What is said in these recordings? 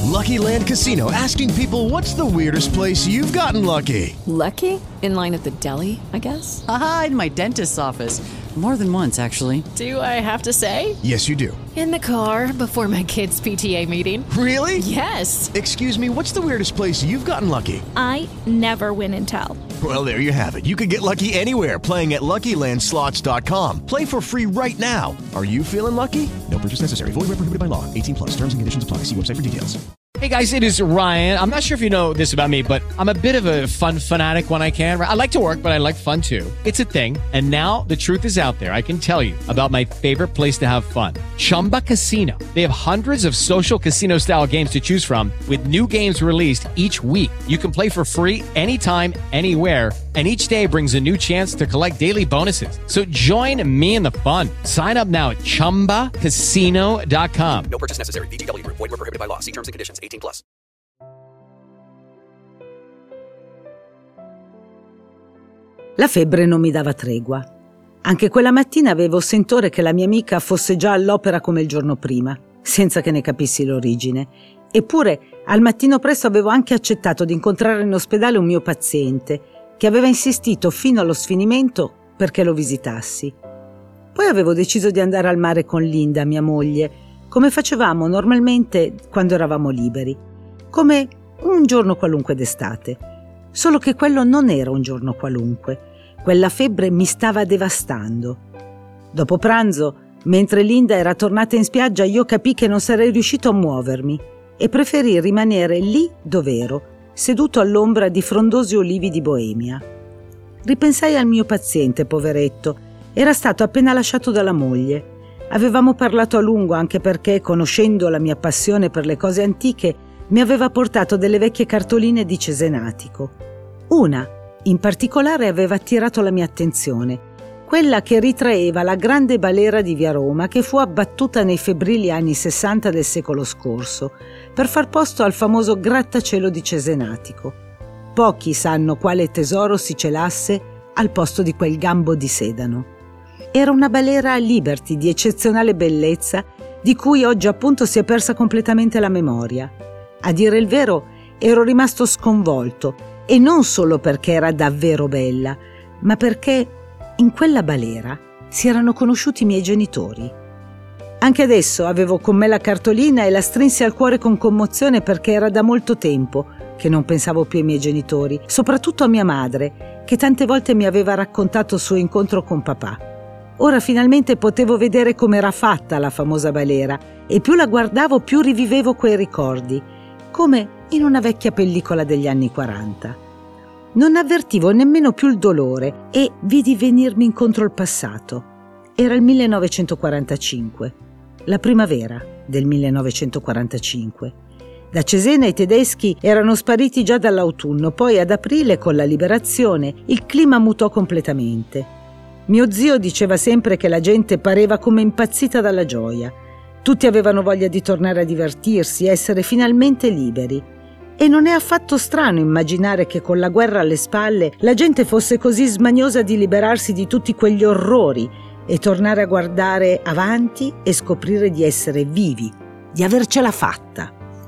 Lucky Land Casino, asking people, what's the weirdest place you've gotten lucky? Lucky? In line at the deli, I guess? Aha, in my dentist's office. More than once, actually. Do I have to say? Yes, you do. In the car before my kids' PTA meeting. Really? Yes. Excuse me, what's the weirdest place you've gotten lucky? I never win and tell. Well, there you have it. You can get lucky anywhere, playing at LuckyLandSlots.com. Play for free right now. Are you feeling lucky? No purchase necessary. Void where prohibited by law. 18 plus. Terms and conditions apply. See website for details. Hey guys, it is Ryan. I'm not sure if you know this about me, but I'm a bit of a fun fanatic when I can. I like to work, but I like fun too. It's a thing. And now the truth is out there. I can tell you about my favorite place to have fun. Chumba Casino. They have hundreds of social casino style games to choose from with new games released each week. You can play for free anytime, anywhere. And each day brings a new chance to collect daily bonuses. So join me in the fun. Sign up now at ChumbaCasino.com. No purchase necessary. VGW Group. Void where prohibited by law. See terms and conditions. 18 plus. La febbre non mi dava tregua. Anche quella mattina avevo sentore che la mia amica fosse già all'opera come il giorno prima, senza che ne capissi l'origine. Eppure, al mattino presto avevo anche accettato di incontrare in ospedale un mio paziente, che aveva insistito fino allo sfinimento perché lo visitassi. Poi avevo deciso di andare al mare con Linda, mia moglie, come facevamo normalmente quando eravamo liberi, come un giorno qualunque d'estate. Solo che quello non era un giorno qualunque. Quella febbre mi stava devastando. Dopo pranzo, mentre Linda era tornata in spiaggia, io capii che non sarei riuscito a muovermi e preferii rimanere lì dov'ero, seduto all'ombra di frondosi olivi di Boemia. Ripensai al mio paziente, poveretto. Era stato appena lasciato dalla moglie. Avevamo parlato a lungo anche perché, conoscendo la mia passione per le cose antiche, mi aveva portato delle vecchie cartoline di Cesenatico. Una, in particolare, aveva attirato la mia attenzione, quella che ritraeva la grande balera di Via Roma che fu abbattuta nei febbrili anni 60 del secolo scorso per far posto al famoso grattacielo di Cesenatico. Pochi sanno quale tesoro si celasse al posto di quel gambo di sedano. Era una balera Liberty di eccezionale bellezza di cui oggi appunto si è persa completamente la memoria. A dire il vero, ero rimasto sconvolto, e non solo perché era davvero bella, ma perché in quella balera si erano conosciuti i miei genitori. Anche adesso avevo con me la cartolina e la strinsi al cuore con commozione perché era da molto tempo che non pensavo più ai miei genitori, soprattutto a mia madre, che tante volte mi aveva raccontato il suo incontro con papà. Ora finalmente potevo vedere com'era fatta la famosa balera e più la guardavo più rivivevo quei ricordi, come in una vecchia pellicola degli anni 40. Non avvertivo nemmeno più il dolore e vidi venirmi incontro il passato. Era il 1945, la primavera del 1945. Da Cesena i tedeschi erano spariti già dall'autunno, poi ad aprile, con la liberazione, il clima mutò completamente. Mio zio diceva sempre che la gente pareva come impazzita dalla gioia. Tutti avevano voglia di tornare a divertirsi, essere finalmente liberi. E non è affatto strano immaginare che con la guerra alle spalle la gente fosse così smaniosa di liberarsi di tutti quegli orrori e tornare a guardare avanti e scoprire di essere vivi, di avercela fatta.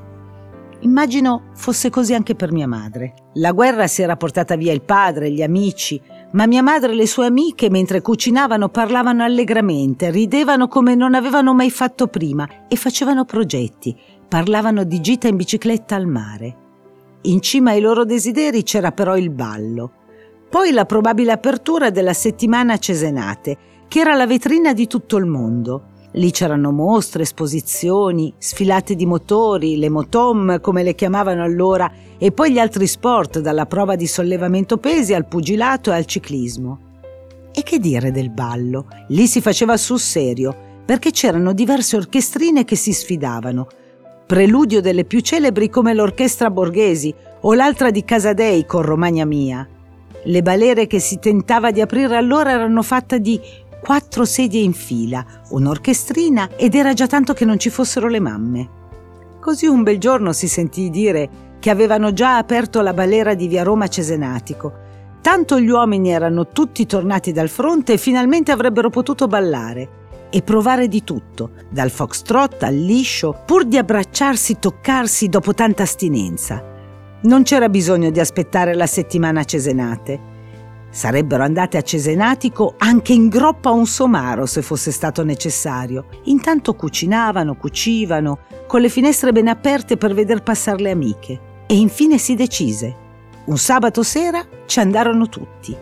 Immagino fosse così anche per mia madre. La guerra si era portata via il padre, gli amici, ma mia madre e le sue amiche, mentre cucinavano, parlavano allegramente, ridevano come non avevano mai fatto prima e facevano progetti, parlavano di gita in bicicletta al mare. In cima ai loro desideri c'era però il ballo. Poi la probabile apertura della settimana Cesenate, che era la vetrina di tutto il mondo. Lì c'erano mostre, esposizioni, sfilate di motori, le motom come le chiamavano allora, e poi gli altri sport, dalla prova di sollevamento pesi al pugilato e al ciclismo. E che dire del ballo? Lì si faceva sul serio, perché c'erano diverse orchestrine che si sfidavano. Preludio delle più celebri come l'Orchestra Borghesi o l'altra di Casadei con Romagna Mia. Le balere che si tentava di aprire allora erano fatte di 4 sedie in fila, un'orchestrina, ed era già tanto che non ci fossero le mamme. Così un bel giorno si sentì dire che avevano già aperto la balera di Via Roma Cesenatico. Tanto gli uomini erano tutti tornati dal fronte e finalmente avrebbero potuto ballare. e provare di tutto, dal foxtrot al liscio, pur di abbracciarsi, toccarsi dopo tanta astinenza. Non c'era bisogno di aspettare la settimana a Cesenate. Sarebbero andate a Cesenatico anche in groppa a un somaro se fosse stato necessario. Intanto cucinavano, cucivano, con le finestre ben aperte per veder passare le amiche. E infine si decise. Un sabato sera ci andarono tutti.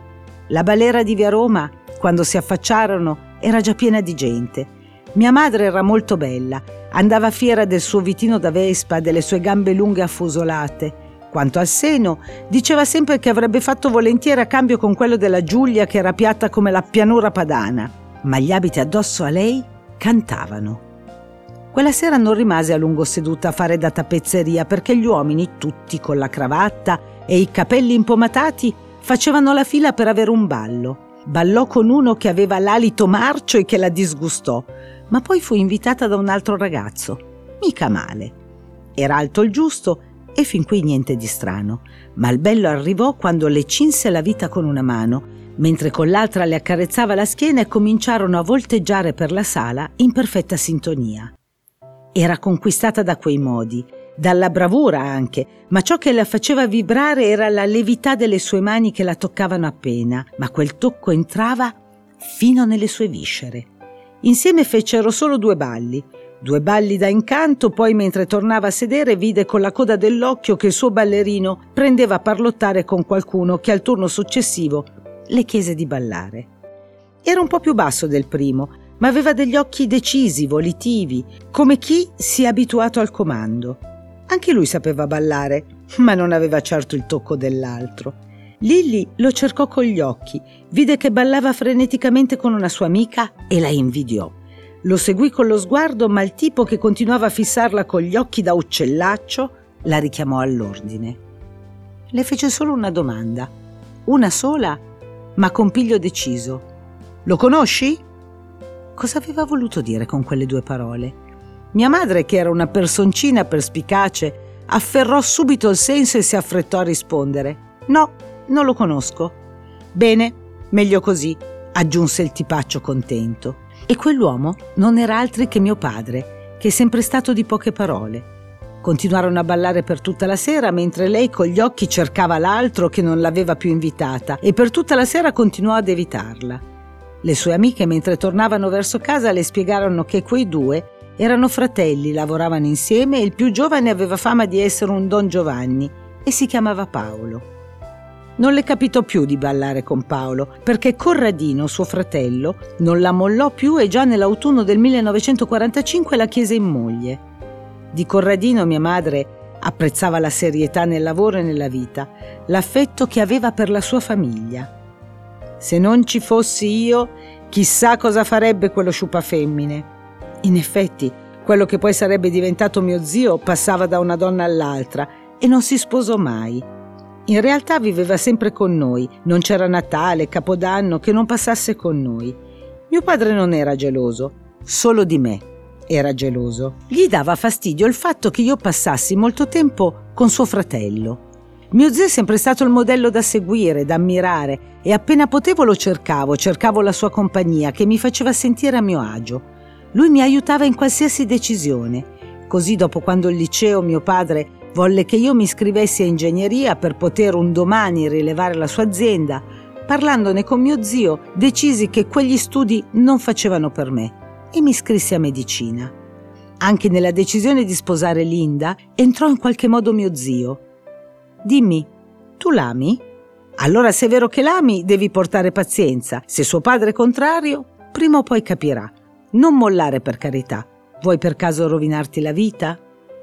La balera di via Roma, quando si affacciarono, era già piena di gente. Mia madre era molto bella, andava fiera del suo vitino da Vespa, delle sue gambe lunghe affusolate. Quanto al seno, diceva sempre che avrebbe fatto volentieri a cambio con quello della Giulia, che era piatta come la pianura padana. Ma gli abiti addosso a lei cantavano. Quella sera non rimase a lungo seduta a fare da tappezzeria, perché gli uomini, tutti con la cravatta e i capelli impomatati, facevano la fila per avere un ballo. Ballò con uno che aveva l'alito marcio e che la disgustò, ma poi fu invitata da un altro ragazzo. Mica male. Era alto il giusto e fin qui niente di strano, ma il bello arrivò quando le cinse la vita con una mano, mentre con l'altra le accarezzava la schiena, e cominciarono a volteggiare per la sala in perfetta sintonia. Era conquistata da quei modi, dalla bravura anche, ma ciò che la faceva vibrare era la levità delle sue mani che la toccavano appena, ma quel tocco entrava fino nelle sue viscere. Insieme fecero solo 2 balli da incanto, poi mentre tornava a sedere vide con la coda dell'occhio che il suo ballerino prendeva a parlottare con qualcuno che al turno successivo le chiese di ballare. Era un po' più basso del primo, ma aveva degli occhi decisi, volitivi, come chi si è abituato al comando. Anche lui sapeva ballare, ma non aveva certo il tocco dell'altro. Lilli lo cercò con gli occhi, vide che ballava freneticamente con una sua amica e la invidiò. Lo seguì con lo sguardo, ma il tipo che continuava a fissarla con gli occhi da uccellaccio la richiamò all'ordine. Le fece solo una domanda, una sola, ma con piglio deciso. «Lo conosci?» Cosa aveva voluto dire con quelle 2 parole? Mia madre, che era una personcina perspicace, afferrò subito il senso e si affrettò a rispondere. «No, non lo conosco». «Bene, meglio così», aggiunse il tipaccio contento. E quell'uomo non era altri che mio padre, che è sempre stato di poche parole. Continuarono a ballare per tutta la sera, mentre lei con gli occhi cercava l'altro che non l'aveva più invitata, e per tutta la sera continuò ad evitarla. Le sue amiche, mentre tornavano verso casa, le spiegarono che quei 2 erano fratelli, lavoravano insieme e il più giovane aveva fama di essere un Don Giovanni e si chiamava Paolo. Non le capitò più di ballare con Paolo, perché Corradino, suo fratello, non la mollò più e già nell'autunno del 1945 la chiese in moglie. Di Corradino mia madre apprezzava la serietà nel lavoro e nella vita, l'affetto che aveva per la sua famiglia. «Se non ci fossi io, chissà cosa farebbe quello sciupafemmine». In effetti, quello che poi sarebbe diventato mio zio passava da una donna all'altra e non si sposò mai. In realtà viveva sempre con noi, non c'era Natale, Capodanno che non passasse con noi. Mio padre non era geloso, solo di me era geloso. Gli dava fastidio il fatto che io passassi molto tempo con suo fratello. Mio zio è sempre stato il modello da seguire, da ammirare, e appena potevo lo cercavo la sua compagnia che mi faceva sentire a mio agio. Lui mi aiutava in qualsiasi decisione. Così, dopo quando il liceo mio padre volle che io mi iscrivessi a ingegneria per poter un domani rilevare la sua azienda, parlandone con mio zio decisi che quegli studi non facevano per me e mi iscrissi a medicina. Anche nella decisione di sposare Linda entrò in qualche modo mio zio. «Dimmi, tu l'ami? Allora, se è vero che l'ami, devi portare pazienza. Se suo padre è contrario, prima o poi capirà. Non mollare, per carità. Vuoi per caso rovinarti la vita?»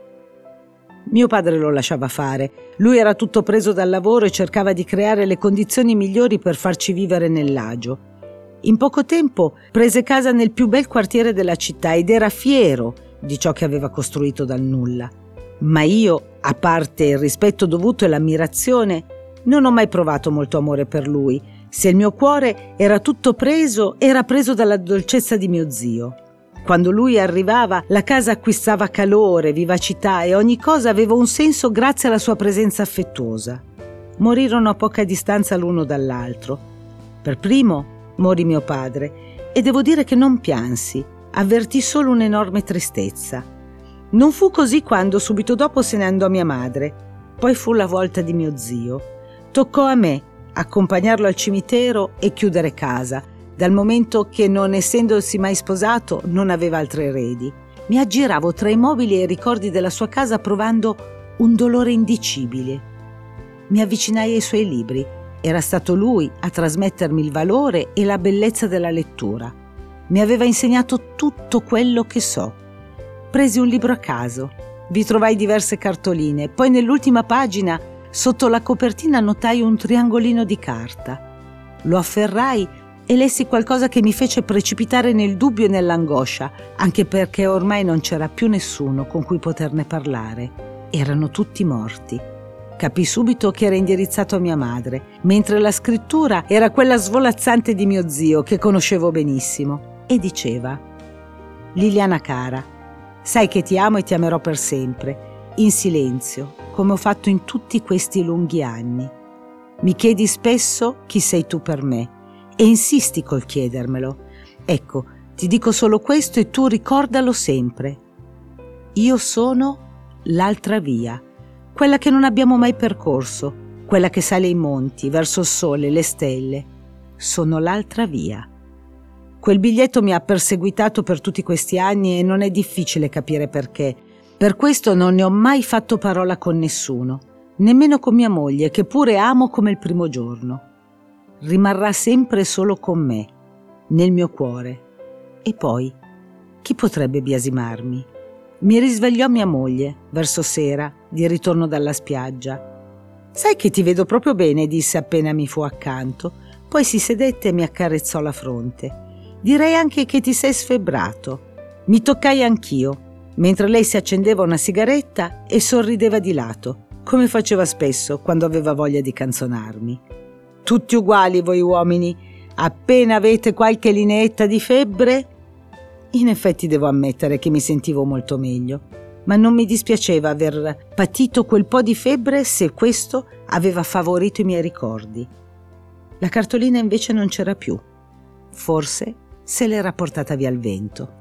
Mio padre lo lasciava fare. Lui era tutto preso dal lavoro e cercava di creare le condizioni migliori per farci vivere nell'agio. In poco tempo prese casa nel più bel quartiere della città ed era fiero di ciò che aveva costruito dal nulla. Ma io, a parte il rispetto dovuto e l'ammirazione, non ho mai provato molto amore per lui. Se il mio cuore era tutto preso, era preso dalla dolcezza di mio zio. Quando lui arrivava, la casa acquistava calore, vivacità e ogni cosa aveva un senso grazie alla sua presenza affettuosa. Morirono a poca distanza l'uno dall'altro. Per primo morì mio padre e devo dire che non piansi, avvertì solo un'enorme tristezza. Non fu così quando subito dopo se ne andò mia madre, poi fu la volta di mio zio. Toccò a me accompagnarlo al cimitero e chiudere casa, dal momento che, non essendosi mai sposato, non aveva altri eredi. Mi aggiravo tra i mobili e i ricordi della sua casa provando un dolore indicibile. Mi avvicinai ai suoi libri. Era stato lui a trasmettermi il valore e la bellezza della lettura. Mi aveva insegnato tutto quello che so. Presi un libro a caso, vi trovai diverse cartoline, poi nell'ultima pagina, sotto la copertina, notai un triangolino di carta. Lo afferrai e lessi qualcosa che mi fece precipitare nel dubbio e nell'angoscia, anche perché ormai non c'era più nessuno con cui poterne parlare. Erano tutti morti. Capii subito che era indirizzato a mia madre, mentre la scrittura era quella svolazzante di mio zio, che conoscevo benissimo, e diceva: «Liliana cara, sai che ti amo e ti amerò per sempre, in silenzio, come ho fatto in tutti questi lunghi anni. Mi chiedi spesso chi sei tu per me, e insisti col chiedermelo. Ecco, ti dico solo questo e tu ricordalo sempre. Io sono l'altra via, quella che non abbiamo mai percorso, quella che sale i monti, verso il sole, le stelle. Sono l'altra via». Quel biglietto mi ha perseguitato per tutti questi anni e non è difficile capire perché. Per questo non ne ho mai fatto parola con nessuno, nemmeno con mia moglie, che pure amo come il primo giorno. Rimarrà sempre solo con me, nel mio cuore. E poi, chi potrebbe biasimarmi? Mi risvegliò mia moglie, verso sera, di ritorno dalla spiaggia. «Sai che ti vedo proprio bene», disse appena mi fu accanto. Poi si sedette e mi accarezzò la fronte. «Direi anche che ti sei sfebbrato». Mi toccai anch'io, mentre lei si accendeva una sigaretta e sorrideva di lato, come faceva spesso quando aveva voglia di canzonarmi. «Tutti uguali voi uomini, appena avete qualche lineetta di febbre?» In effetti devo ammettere che mi sentivo molto meglio, ma non mi dispiaceva aver patito quel po' di febbre se questo aveva favorito i miei ricordi. La cartolina invece non c'era più. Forse se l'era portata via il vento.